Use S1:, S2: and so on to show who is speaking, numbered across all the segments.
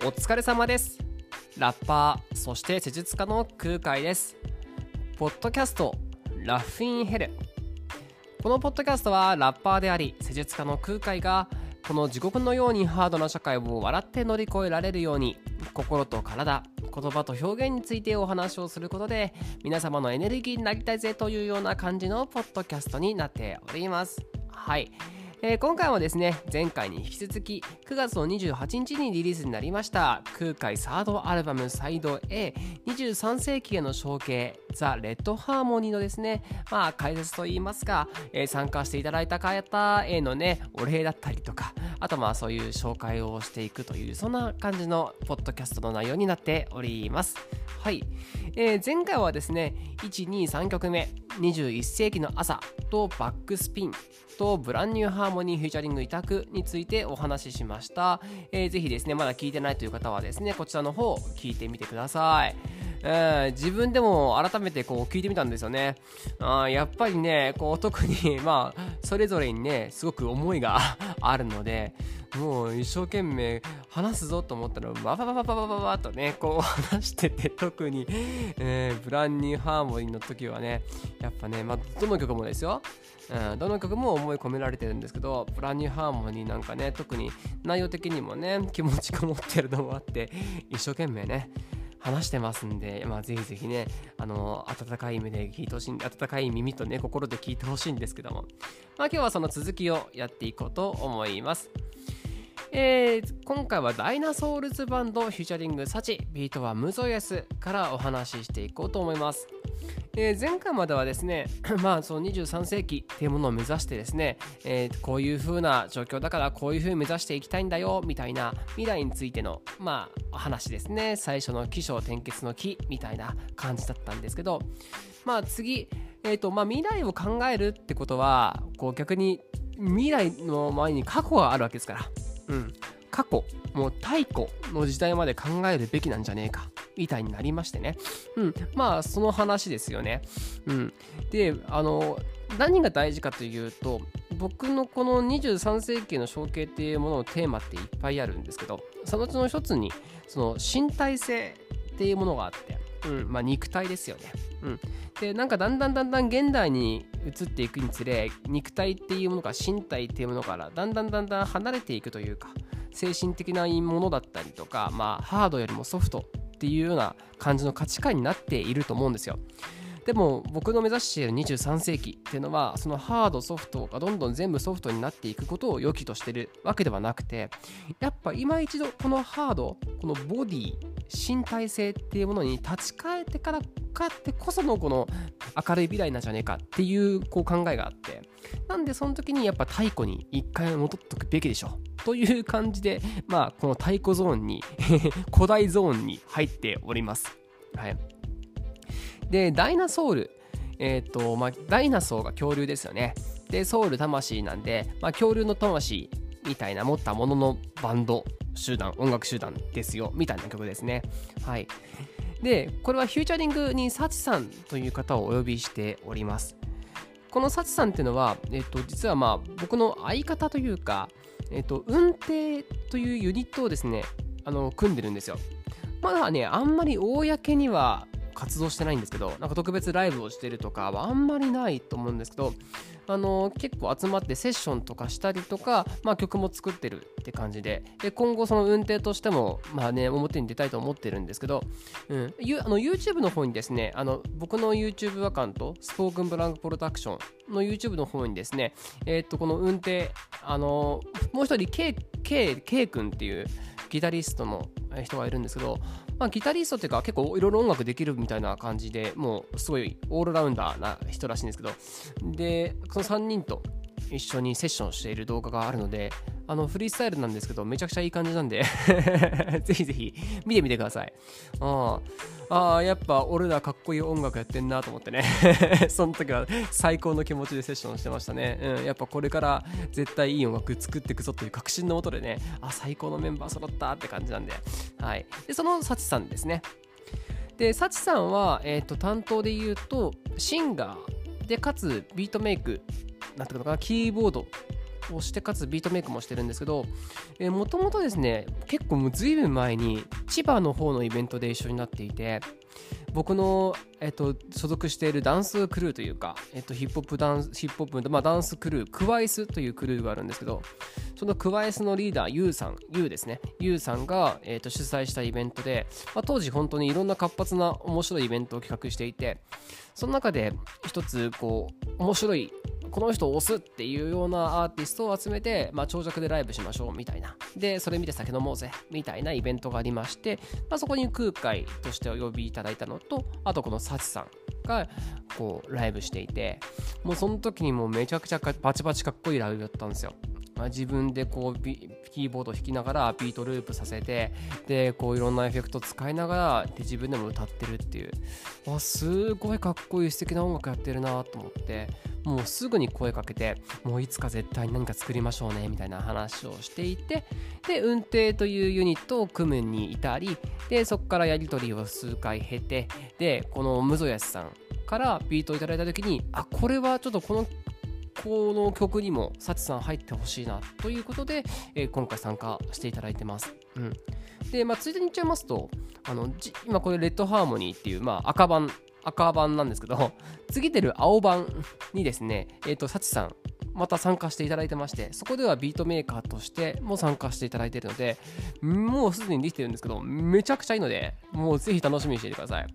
S1: 疲れ様です。ラッパー、そして施術家の空海です。ポッドキャスト、ラフィンヘル。このポッドキャストはラッパーであり、施術家の空海がこの地獄のようにハードな社会を笑って乗り越えられるように、心と体、言葉と表現についてお話をすることで、皆様のエネルギーになりたいぜというような感じのポッドキャストになっております。はい。今回はですね、前回に引き続き9月の28日にリリースになりました空海サードアルバムサイド A23 世紀への承継ザ・レッドハーモニーのですね、解説といいますか、参加していただいた方へのねお礼だったりとか、あとそういう紹介をしていくという、そんな感じのポッドキャストの内容になっております。はい。前回はですね、123曲目21世紀の朝とバックスピンとブランニューハーモニーフューチャリング委託についてお話ししました。ぜひですね、まだ聞いてないという方はですね、こちらの方聞いてみてください。自分でも改めて聞いてみたんですよね。やっぱりね、特にそれぞれにねすごく思いがあるので、もう一生懸命話すぞと思ったらババババババババとね話してて、特に、ブランニューハーモニーの時はね、やっぱね、どの曲もですよ、どの曲も思い込められてるんですけど、ブランニューハーモニーなんかね、特に内容的にもね気持ちこもってるのもあって、一生懸命ね話してますんで、ぜひぜひね、温かい目で聞いてほしい、温かい耳とね心で聞いてほしいんですけども、今日はその続きをやっていこうと思います。今回はダイナソウルズバンドフューチャリングサチ、ビートはムゾヤスからお話ししていこうと思います。前回まではですねその23世紀っていうものを目指してですね、こういう風な状況だからこういう風に目指していきたいんだよみたいな未来についてのお話ですね。最初の起承転結の起みたいな感じだったんですけど、次、未来を考えるってことは逆に未来の前に過去があるわけですから、過去、もう太古の時代まで考えるべきなんじゃねえかみたいになりましてね、その話ですよね。で、何が大事かというと、僕のこの23世紀の承継っていうもののテーマっていっぱいあるんですけど、そのうちの一つにその身体性っていうものがあって、肉体ですよね。で、だんだん現代に移っていくにつれ、肉体っていうものが身体っていうものからだんだん離れていくというか、精神的なものだったりとか、ハードよりもソフトっていうような感じの価値観になっていると思うんですよ。でも僕の目指している23世紀っていうのは、そのハードソフトがどんどん全部ソフトになっていくことを良きとしてるわけではなくて、やっぱ今一度このハード、このボディ、身体性っていうものに立ち返ってからかってこそのこの明るい未来なんじゃねえかっていう考えがあって、なんでその時にやっぱ太古に一回戻っとくべきでしょという感じで、この太古ゾーンに古代ゾーンに入っております。はい。で、ダイナソウル、ダイナソーが恐竜ですよね。で、ソウル魂なんで、恐竜の魂みたいな持ったもののバンド集団、音楽集団ですよみたいな曲ですね。はい。で、これはフューチャリングにサチさんという方をお呼びしております。このサチさんっていうのは、実は僕の相方というか、運転というユニットをですね、組んでるんですよ。まだね、あんまり公には活動してないんですけど、特別ライブをしてるとかはあんまりないと思うんですけど、結構集まってセッションとかしたりとか、曲も作ってるって感じで、今後その運転としても表に出たいと思ってるんですけど、YouTube の方にですね、僕の YouTube アカウントスポークンブランクプロダクションの YouTube の方にですね、この運転、もう一人 K 君っていうギタリストの人がいるんですけど、ギタリストっていうか結構いろいろ音楽できるみたいな感じで、もうすごいオールラウンダーな人らしいんですけど、でその3人と一緒にセッションしている動画があるので、フリースタイルなんですけどめちゃくちゃいい感じなんでぜひぜひ見てみてください。やっぱ俺らかっこいい音楽やってんなと思ってねその時は最高の気持ちでセッションしてましたね。やっぱこれから絶対いい音楽作っていくぞという確信のもとでね、最高のメンバー揃ったって感じなんで、はい。でそのサチさんですね。でサチさんは、担当で言うとシンガーでかつビートメイクなんていうのかな、キーボードをしてかつビートメイクもしてるんですけど、もともとですね結構もうずいぶん前に千葉の方のイベントで一緒になっていて、僕の、所属しているダンスクルーというか、ヒップホップダンスクルー、クワイスというクルーがあるんですけど、そのクワイスのリーダーユウさんが、主催したイベントで、当時本当にいろんな活発な面白いイベントを企画していて、その中で一つこう面白いこの人を推すっていうようなアーティストを集めて、長尺でライブしましょうみたいな、でそれ見て酒飲もうぜみたいなイベントがありまして、そこに空海としてお呼びいただいたのと、あとこのサチさんがこうライブしていて、もうその時にもうめちゃくちゃバチバチかっこいいライブだったんですよ。自分でこうキーボード弾きながらビートループさせて、でこういろんなエフェクト使いながらで自分でも歌ってるっていう、すごいかっこいい素敵な音楽やってるなと思って、もうすぐに声かけて、もういつか絶対に何か作りましょうねみたいな話をしていて、で運転というユニットを組むに至り、でそこからやり取りを数回経て、でこのムゾヤスさんからビートをいただいた時に、これはちょっとこの曲にもサチさん入ってほしいなということで、今回参加していただいてます。で、ついでに言っちゃいますと、今これレッドハーモニーっていう、赤版なんですけど、次出る青版にですね、サチさんまた参加していただいてまして、そこではビートメーカーとしても参加していただいているので、もうすでにできてるんですけど、めちゃくちゃいいので、もうぜひ楽しみにしていてください。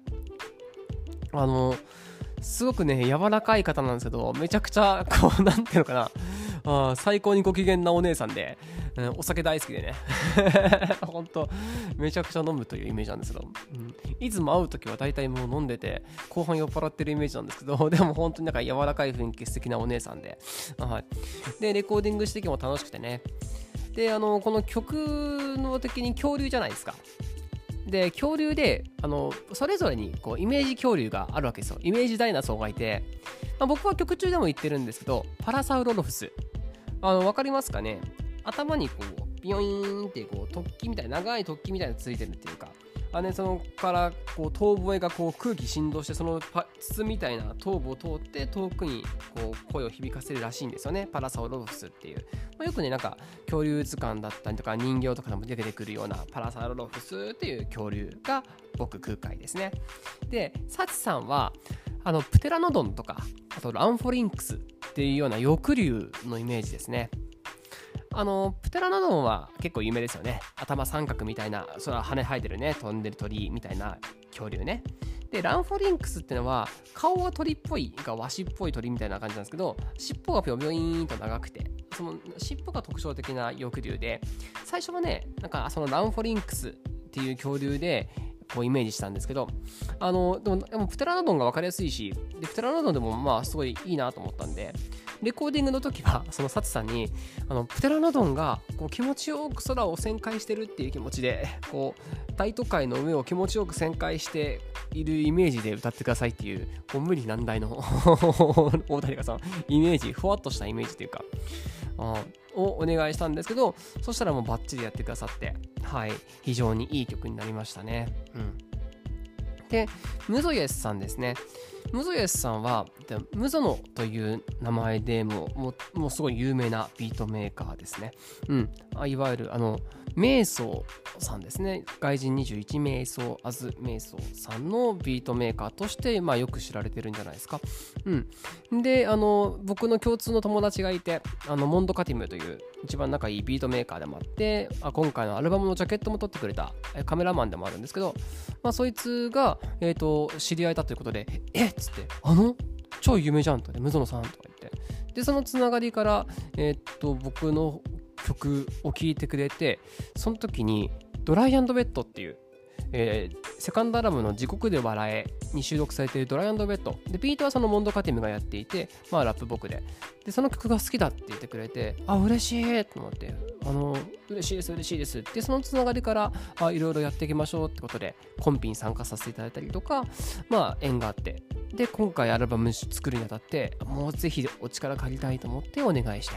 S1: すごくね柔らかい方なんですけど、めちゃくちゃこうなんていうのかな、最高にご機嫌なお姉さんで、お酒大好きでね本当めちゃくちゃ飲むというイメージなんですけど、いつも会うときは大体もう飲んでて後半酔っ払ってるイメージなんですけど、でも本当になんか柔らかい雰囲気素敵なお姉さんで、でレコーディングしてきも楽しくてね、でこの曲の的に恐竜じゃないですか。で恐竜でそれぞれにこうイメージ恐竜があるわけですよ。イメージダイナソーがいて、僕は曲中でも言ってるんですけど、パラサウロロフス、わかりますかね。頭にこうビヨイーンってこう突起みたいな、長い突起みたいなのついてるっていうか、そのからこう遠吠えがこう空気振動して、その筒みたいな頭部を通って遠くにこう声を響かせるらしいんですよね、パラサウロロフスっていう。よくねなんか恐竜図鑑だったりとか人形とかでも出てくるようなパラサウロロフスっていう恐竜が僕空海ですね。でサチさんはプテラノドンとか、あとランフォリンクスっていうような翼竜のイメージですね。プテラノドンは結構有名ですよね。頭三角みたいな、それは羽生えてるね、飛んでる鳥みたいな恐竜ね。でランフォリンクスっていうのは顔は鳥っぽいがワシっぽい鳥みたいな感じなんですけど、尻尾がピョビョイーンと長くて、その尻尾が特徴的な翼竜で、最初はねなんかそのランフォリンクスっていう恐竜でこうイメージしたんですけど、でもプテラノドンが分かりやすいし、でプテラノドンでもすごいいいなと思ったんで、レコーディングの時はそのサチさんにプテラノドンがこう気持ちよく空を旋回してるっていう気持ちで、こう大都会の上を気持ちよく旋回しているイメージで歌ってくださいっていう、こう無理難題の大谷さんイメージ、ふわっとしたイメージっていうかをお願いしたんですけど、そしたらもうバッチリやってくださって、非常にいい曲になりましたね。でムゾイエスさんですね。ムゾイエスさんはムゾノという名前でもうすごい有名なビートメーカーですね。いわゆる瞑想さんですね。外人21瞑想アズ瞑想さんのビートメーカーとして、よく知られてるんじゃないですか。で僕の共通の友達がいて、モンドカティムという一番仲いいビートメーカーでもあって、今回のアルバムのジャケットも撮ってくれたカメラマンでもあるんですけど、そいつが、知り合いだということで、っつって超有名じゃんと、ムゾノさんとか言って、でそのつながりから、僕の曲を聴いてくれて、その時にドライ&ベッドっていう、セカンドアルバムの地獄で笑えに収録されているドライ&ベッドで、ビートはそのモンドカティムがやっていて、ラップ僕でその曲が好きだって言ってくれて、嬉しいと思って、嬉しいですってそのつながりからいろいろやっていきましょうってことでコンピに参加させていただいたりとか、縁があって、で今回アルバム作るにあたってもうぜひお力借りたいと思ってお願いして、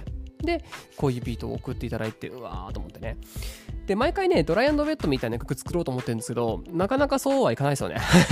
S1: でこういうビートを送っていただいて、うわーと思ってね。で毎回ねドライ&ウェットみたいな曲作ろうと思ってるんですけど、なかなかそうはいかないですよね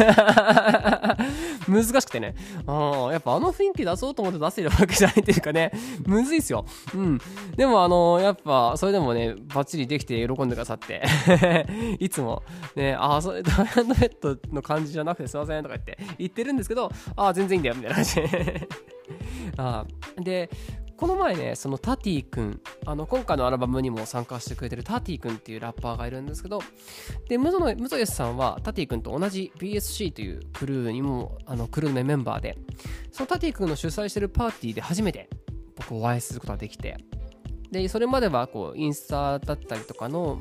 S1: 難しくてね、やっぱ雰囲気出そうと思って出せるわけじゃないっていうかね、むずいっすよ。でもやっぱそれでもねバッチリできて喜んでくださっていつもね、それドライ&ウェットの感じじゃなくてすいませんとか言ってるんですけど、全然いいんだよみたいな感じででこの前ね、そのタティ君、今回のアルバムにも参加してくれてるタティ君っていうラッパーがいるんですけど、でムゾエスさんはタティ君と同じ BSC というクルーにもクルーのメンバーで、そのタティ君の主催してるパーティーで初めて僕お会いすることができて、でそれまではこうインスタだったりとかの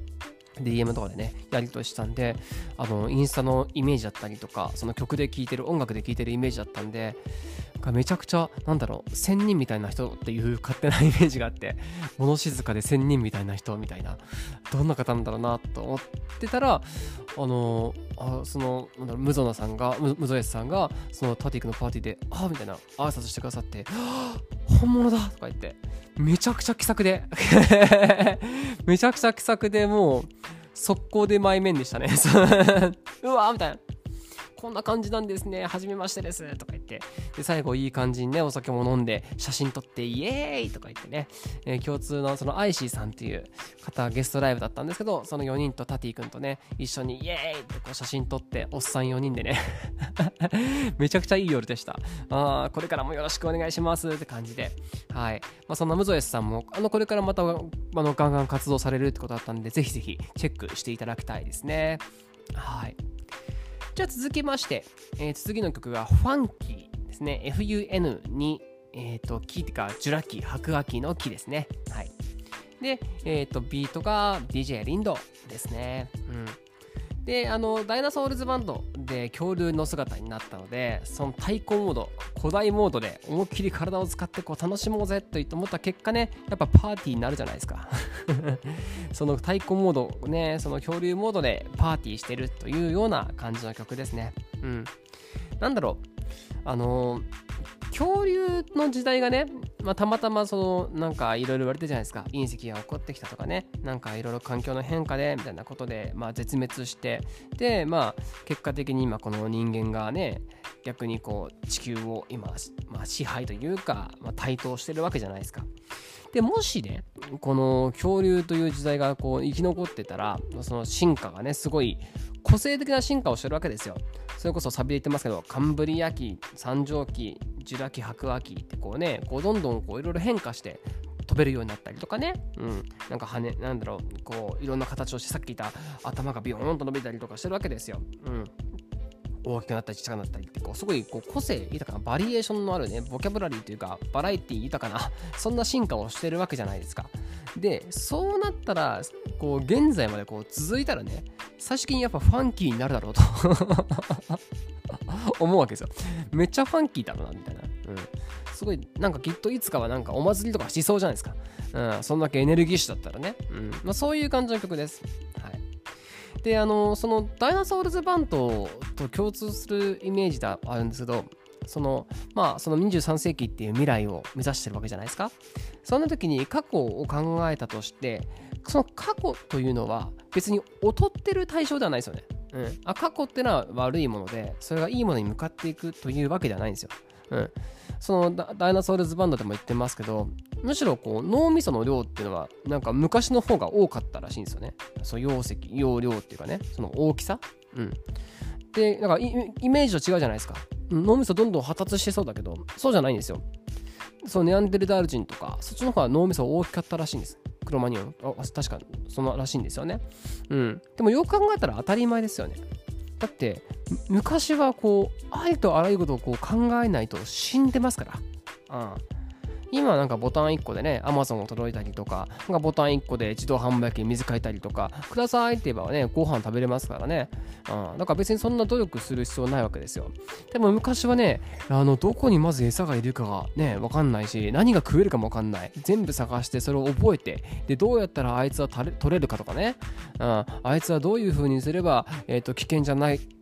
S1: DM とかでねやり取りしたんで、インスタのイメージだったりとか、その曲で聴いてる音楽で聴いてるイメージだったんで、めちゃくちゃ仙人みたいな人っていう勝手なイメージがあって、物静かで仙人みたいな人みたいな、どんな方なんだろうなと思ってたら、そのムゾエスさんがそのタティックのパーティーでみたいな挨拶してくださって、本物だとか言って、めちゃくちゃ気さくでめちゃくちゃ気さくで、もう速攻で前面でしたねうわーみたいな、こんな感じなんですね、初めましてですとか言って、で最後いい感じにねお酒も飲んで写真撮ってイエーイとか言ってね、共通のそのアイシーさんっていう方ゲストライブだったんですけど、その4人とタティ君とね一緒にイエーイってこう写真撮って、おっさん4人でねめちゃくちゃいい夜でした。これからもよろしくお願いしますって感じで、はい、そんなムゾエスさんもこれからまたガンガン活動されるってことだったんで、ぜひぜひチェックしていただきたいですね。はい、じゃあ続きまして、次の曲がファンキーですね。 FUN にキーかジュラキ白亜紀の木ですね。はい。で、ビートが DJ リンドですね。でダイナソールズバンドで恐竜の姿になったので、その太鼓モード、古代モードで思いっきり体を使ってこう楽しもうぜと思った結果ね、やっぱパーティーになるじゃないですかその太鼓モードね、その恐竜モードでパーティーしてるというような感じの曲ですね。なんだろう、恐竜の時代がね、たまたまなんかいろいろ言われてるじゃないですか。隕石が起こってきたとかね、なんかいろいろ環境の変化でみたいなことで絶滅して、で結果的に今この人間がね逆にこう地球を今支配というか台頭してるわけじゃないですか。でもしねこの恐竜という時代がこう生き残ってたら、その進化がねすごい個性的な進化をしてるわけですよ。それこそサビで言ってますけど、カンブリア紀、三畳紀、ジュラ紀、白亜紀ってこうね、こうどんどんこういろいろ変化して飛べるようになったりとかね、なんか羽、こういろんな形をして、さっき言った頭がビヨーンと伸びたりとかしてるわけですよ。大きくなったり小さくなったりってすごい個性豊かなバリエーションのあるねボキャブラリーというかバラエティ豊かなそんな進化をしてるわけじゃないですか。でそうなったら現在まで続いたらね、最終的にやっぱファンキーになるだろうと思うわけですよ。めっちゃファンキーだろうなみたいな、すごいなんかきっといつかはなんかお祭りとかしそうじゃないですか。そんだけエネルギッシュだったらね、そういう感じの曲です。でそのダイナソールズバンドと共通するイメージがあるんですけど、その23世紀っていう未来を目指してるわけじゃないですか。そんな時に過去を考えたとして、その過去というのは別に劣ってる対象ではないですよね。過去ってのは悪いもので、それがいいものに向かっていくというわけではないんですよ。そのダイナソールズバンドでも言ってますけど、むしろ脳みその量っていうのはなんか昔の方が多かったらしいんですよね。その容量っていうかね、その大きさ、でなんかイメージと違うじゃないですか。脳みそどんどん発達してそうだけど、そうじゃないんですよ。そのネアンデルタール人とかそっちの方が脳みそ大きかったらしいんです。クロマニオン確かそのらしいんですよね。でもよく考えたら当たり前ですよね。だって昔はありとあらゆることを考えないと死んでますから。今はなんかボタン1個でね Amazon を届いたりとか、なんかボタン1個で自動販売機に水変えたりとか、くださいって言えばねご飯食べれますからね。だから別にそんな努力する必要ないわけですよ。でも昔はねどこにまず餌がいるかがね分かんないし、何が食えるかも分かんない。全部探してそれを覚えて、でどうやったらあいつは取れるかとかね、あいつはどういう風にすれば危険じゃなく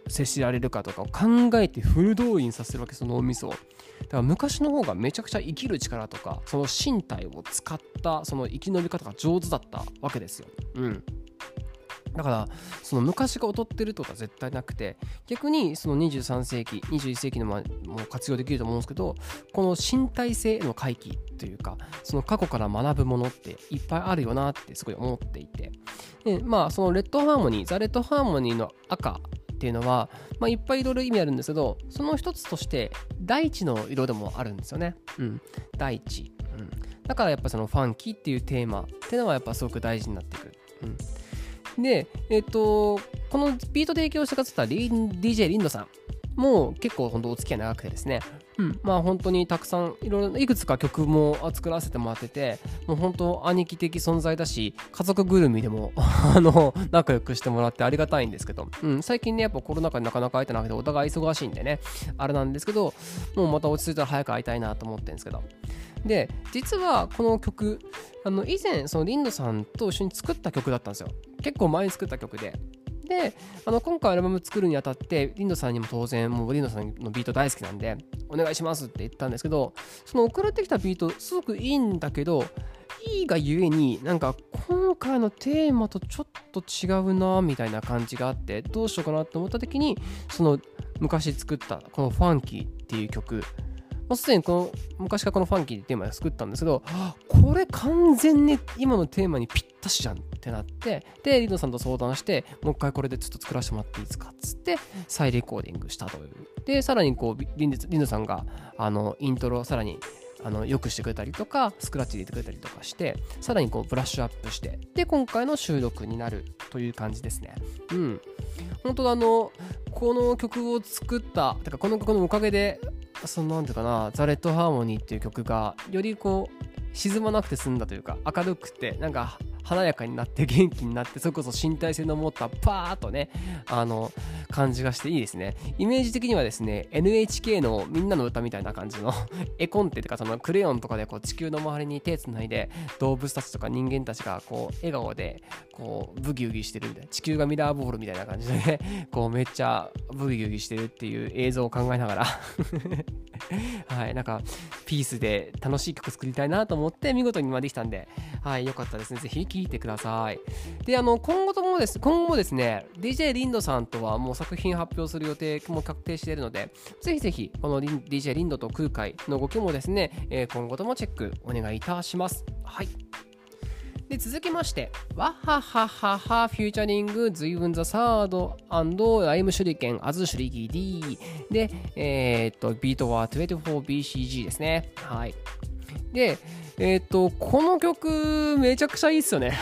S1: 接しられるかとかを考えてフル動員させるわけ、その脳みそを。だから昔の方がめちゃくちゃ生きる力とかその身体を使ったその生き延び方が上手だったわけですよ。だからその昔が劣ってるってことは絶対なくて、逆にその23世紀21世紀のも活用できると思うんですけど、この身体性への回帰というか、その過去から学ぶものっていっぱいあるよなってすごい思っていて、でそのレッドハーモニー、ザ・レッドハーモニーの赤っていうのは、いっぱいいろいろ意味あるんですけど、その一つとして大地の色でもあるんですよね。大地、だからやっぱそのファンキーっていうテーマっていうのはやっぱすごく大事になってくる。で、このビート提供してくださった DJ リンドさんも結構本当お付き合い長くてですね、本当にたくさんいくつか曲も作らせてもらってて、もう本当兄貴的存在だし、家族ぐるみでも仲良くしてもらってありがたいんですけど、最近ねやっぱコロナ禍でなかなか会えてなくてお互い忙しいんでねあれなんですけど、もうまた落ち着いたら早く会いたいなと思ってるんですけど、で実はこの曲以前そのリンドさんと一緒に作った曲だったんですよ。結構前に作った曲で、今回アルバム作るにあたってリンドさんにも当然もうリンドさんのビート大好きなんでお願いしますって言ったんですけど、その送られてきたビートすごくいいんだけど、いいがゆえになんか今回のテーマとちょっと違うなみたいな感じがあって、どうしようかなと思った時にその昔作ったこのファンキーっていう曲、すでに昔からこのファンキーってテーマで作ったんですけど、これ完全に今のテーマにぴったしじゃんってなって、でリンドさんと相談して、もう一回これでちょっと作らせてもらっていいですかっつって再レコーディングしたという。でさらにリンドさんがイントロをさらに良くしてくれたりとか、スクラッチ入れてくれたりとかして、さらにブラッシュアップして、で今回の収録になるという感じですね。本当この曲を作ったてかこの曲のおかげでなんていうかな、ザ・レッド・ハーモニーっていう曲がより沈まなくて済んだというか、明るくてなんか華やかになって元気になって、それこそ身体性の持ったパーッとね感じがしていいですね。イメージ的にはですね NHK のみんなの歌みたいな感じの絵コンテとかそのクレヨンとかで地球の周りに手つないで動物たちとか人間たちが笑顔でブギウギしてるみたいな、地球がミラーボールみたいな感じでねめっちゃブギウギしてるっていう映像を考えながらはい、なんかピースで楽しい曲作りたいなと思って見事にできたんで、よかったですね。ぜひ聴いてください。で今後もですね DJ リンドさんとはもう作品発表する予定も確定しているので、ぜひぜひこのDJ リンドと空海の動きもですね、今後ともチェックお願いいたします。で続きましてワッハッハッハッハフューチャリングズイブンザサード&ライム手裏剣アズシュリギ D でビートは 24BCG ですね。でこの曲めちゃくちゃいいっすよね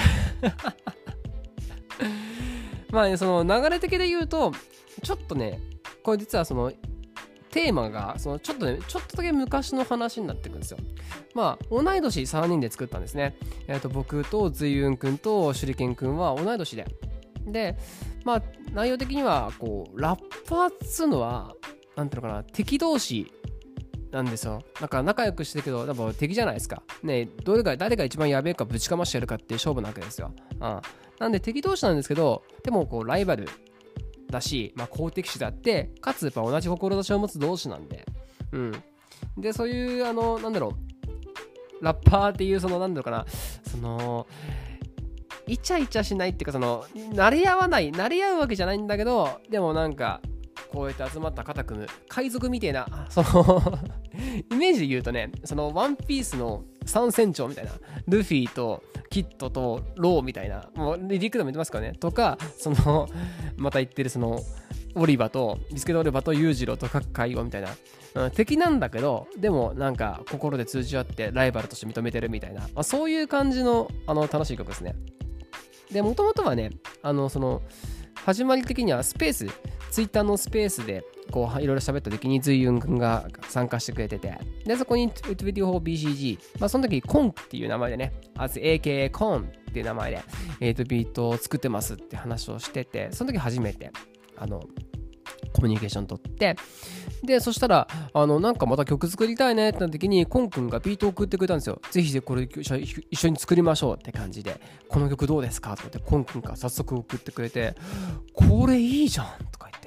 S1: その流れ的で言うとちょっとね、これ実はそのテーマがちょっとだけ昔の話になってくるんですよ。同い年3人で作ったんですね。僕とズイウン君と手裏剣君は同い年で、内容的にはラッパーっつうのはなんていうのかな、敵同士なんですよ。なんか仲良くしてるけど多分敵じゃないですかね。誰が一番やべえかぶちかましてやるかっていう勝負なわけですよ。なんで敵同士なんですけど、でもライバルだし、好敵手であって、かつやっぱ同じ志を持つ同士なんで、でそういうなんだろう、ラッパーっていうなんだろうかな、イチャイチャしないっていうか、慣れ合うわけじゃないんだけど、でもなんかこうやって集まった肩組む海賊みたいなイメージで言うとね、ワンピースの三船長みたいな、ルフィとキッドとローみたいな、もうリリックでも言ってますからね、とかまた言ってるオリバとビスケットオリバと裕次郎と各海王みたいな、敵なんだけどでもなんか心で通じ合ってライバルとして認めてるみたいな、そういう感じの楽しい曲ですね。でもともとはね始まり的にはツイッターのスペースでいろいろ喋った時にズイユン君が参加してくれてて、でそこに 24BCG、その時コンっていう名前でね、AKA コンっていう名前で、ビートを作ってますって話をしてて、その時初めてコミュニケーション取って、でそしたらなんかまた曲作りたいねってなった時にコン君がビートを送ってくれたんですよ。ぜひこれ一緒に作りましょうって感じで、この曲どうですかとかってコン君が早速送ってくれて、これいいじゃんとか言って、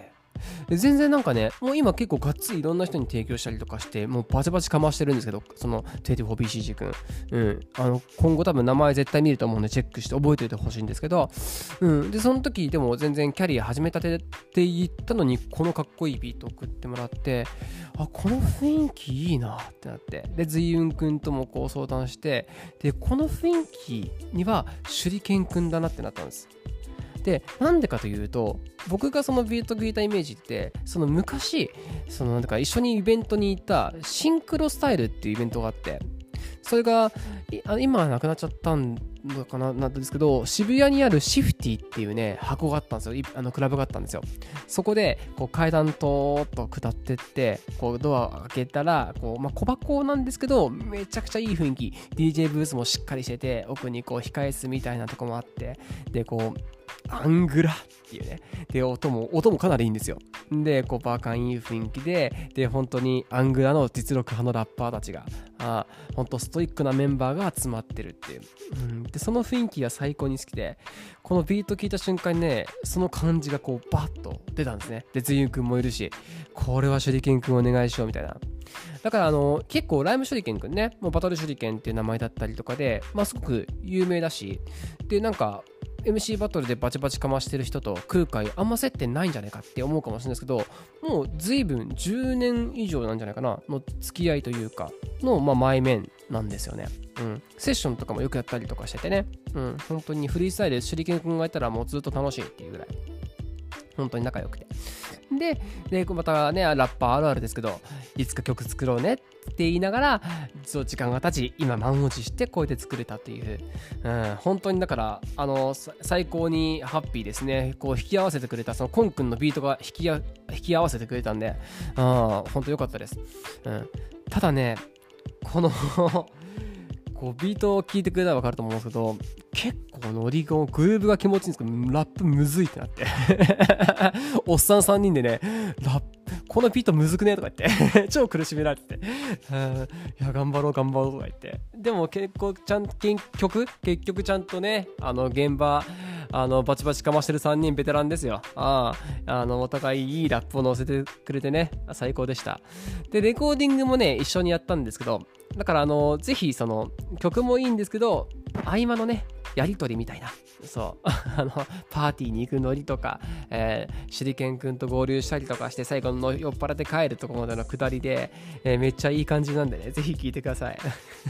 S1: で全然なんかね、もう今結構がっつりいろんな人に提供したりとかして、もうバチバチかましてるんですけど、その 24BCG 君。今後多分名前絶対見ると思うんでチェックして覚えておいてほしいんですけど、で、その時でも全然キャリア始めたてって言ったのに、このかっこいいビートを送ってもらって、この雰囲気いいなってなって、で、ズイユン君ともこう相談して、で、この雰囲気には手裏剣君だなってなったんです。で、なんでかというと、僕がそのビート聞いたイメージって、その昔、なんか一緒にイベントに行ったシンクロスタイルっていうイベントがあって、それが今はなくなっちゃったのかななんですけど、渋谷にあるシフティっていうね箱があったんですよ。クラブがあったんですよ。そこでこう階段と下ってってこうドアを開けたらこう、小箱なんですけどめちゃくちゃいい雰囲気、 DJ ブースもしっかりしてて、奥にこう控え室みたいなとこもあって、でこうアングラっていうね、で音もかなりいいんですよ。でこうバーカンいい雰囲気で本当にアングラの実力派のラッパーたちが本当ストイックなメンバーが集まってるっていう、でその雰囲気が最高に好きで、このビート聞いた瞬間にね、その感じがこうバッと出たんですね。でズイユン君もいるし、これは手裏剣君お願いしようみたいな。だから結構ライム手裏剣君ね、もうバトル手裏剣っていう名前だったりとかで、すごく有名だし、でなんかMC バトルでバチバチかましてる人と空海あんま接点ないんじゃないかって思うかもしれないですけど、もう随分10年以上なんじゃないかなの付き合いというかの、前面なんですよね。セッションとかもよくやったりとかしててね、本当にフリースタイルで手裏剣君がいたらもうずっと楽しいっていうぐらい本当に仲良くて、でまたねラッパーあるあるですけど、いつか曲作ろうねって言いながらそう時間が経ち、今満を持してこうやって作れたっていう、本当にだから最高にハッピーですね。こう引き合わせてくれた、そのコン君のビートが引き合わせてくれたんで、本当良かったです。ただね、このこうビートを聴いてくれたら分かると思うんですけど、結構ノリがグルーブが気持ちいいんですけどラップむずいってなっておっさん3人でね、このビートむずくねとか言って超苦しめられてて、いや頑張ろうとか言って、でも結局ちゃんとね現場バチバチかましてる3人ベテランですよ。お互いいいラップを乗せてくれてね、最高でした。でレコーディングもね一緒にやったんですけど、だからぜひその曲もいいんですけど、合間のねやりとりみたいな、そうパーティーに行くノリとか、手裏剣くんと合流したりとかして最後の酔っ払って帰るところまでの下りで、めっちゃいい感じなんでね、ぜひ聴いてください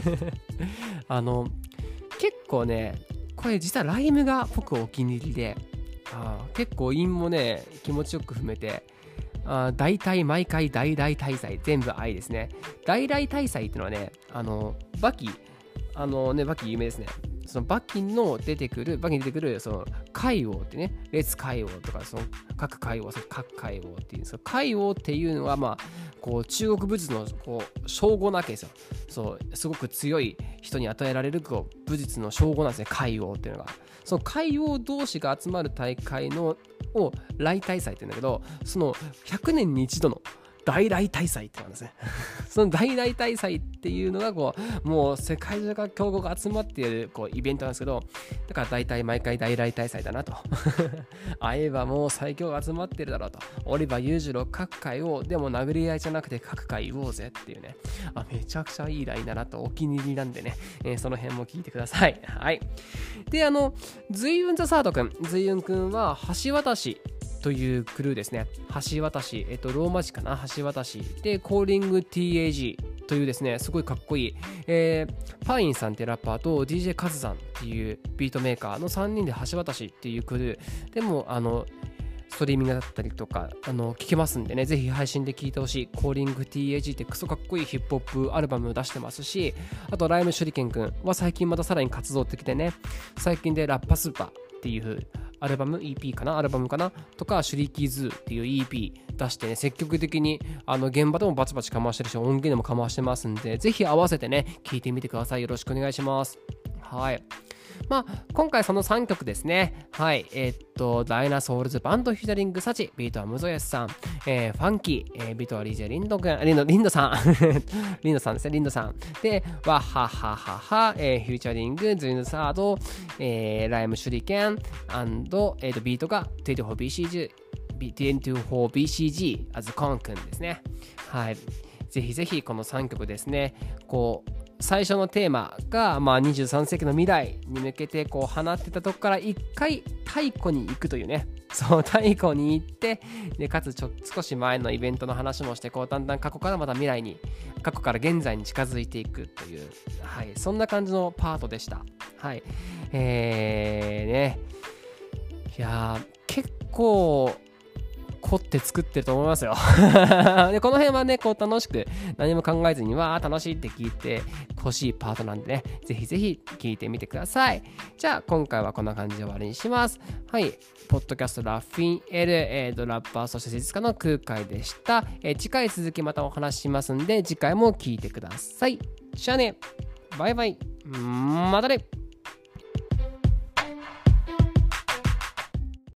S1: 結構ねこれ実はライムが僕お気に入りで、結構韻もね気持ちよく踏めて、大体毎回大々大祭全部愛ですね。大々大祭っていうのはね、バキ有名ですね。そのバキに出てくるその海王ってね、列海王とかその各海王っていう、その海王っていうのはこう中国武術のこう称号なわけですよ。そうすごく強い人に与えられるこう武術の称号なんですね、海王っていうのが。その海王同士が集まる大会を来大祭って言うんだけど、その100年に一度の大々大祭ってなんですねその大々大祭っていうのがこうもう世界中から強豪が集まっているこうイベントなんですけど、だから大体毎回大々大祭だなと会えばもう最強が集まってるだろうと、オリバー裕次郎各界をでも殴り合いじゃなくて各界言おうぜっていうね、めちゃくちゃいいラインだなと、お気に入りなんでね、その辺も聞いてください。はい。でズイユンザサード君、ズイユン君は橋渡しというクルーですね。橋渡し、ローマ字かな、橋渡しでコーリング TAG というですね、すごいかっこいい、パインさんっていうラッパーと DJ カズさんっていうビートメーカーの3人で橋渡しっていうクルーでもストリーミングだったりとか聞けますんでね、ぜひ配信で聞いてほしい。コーリング TAG ってクソかっこいいヒップホップアルバムを出してますし、あとライム手裏剣くんは最近またさらに活動的でね、最近でラッパスーパーっていうアルバムかなとか、シュリキーズっていう EP 出してね、積極的に現場でもバチバチかましてるし、音源でもかましてますんで、ぜひ合わせてね聞いてみてください。よろしくお願いします。はい。今回その3曲ですね。はい。ダイナソールズバンドフューチャリングサチ、ビートはムゾヤスさん、ファンキー、ビートはリンドさんリンドさんですね、リンドさんで、ワッハッハッハッハ、フューチャリングズイヌサード、ライム手裏剣ビートが 24BCG 2024BCG as コン君ですね。はい。ぜひぜひこの3曲ですね、最初のテーマが、23世紀の未来に向けて放ってたとこから一回太古に行くというね、そう太古に行ってでかつ少し前のイベントの話もしてだんだん過去からまた未来に過去から現在に近づいていくという、はい、そんな感じのパートでした。はいね、いや結構凝って作ってると思いますよでこの辺はね楽しく何も考えずに楽しいって聞いてほしいパートなんでね、ぜひぜひ聞いてみてください。じゃあ今回はこんな感じで終わりにします。はい、ポッドキャストラフィン L、ラッパーそして施術家の空海でした。次回続きまたお話ししますんで次回も聞いてください。じゃあね、バイバイ、またね。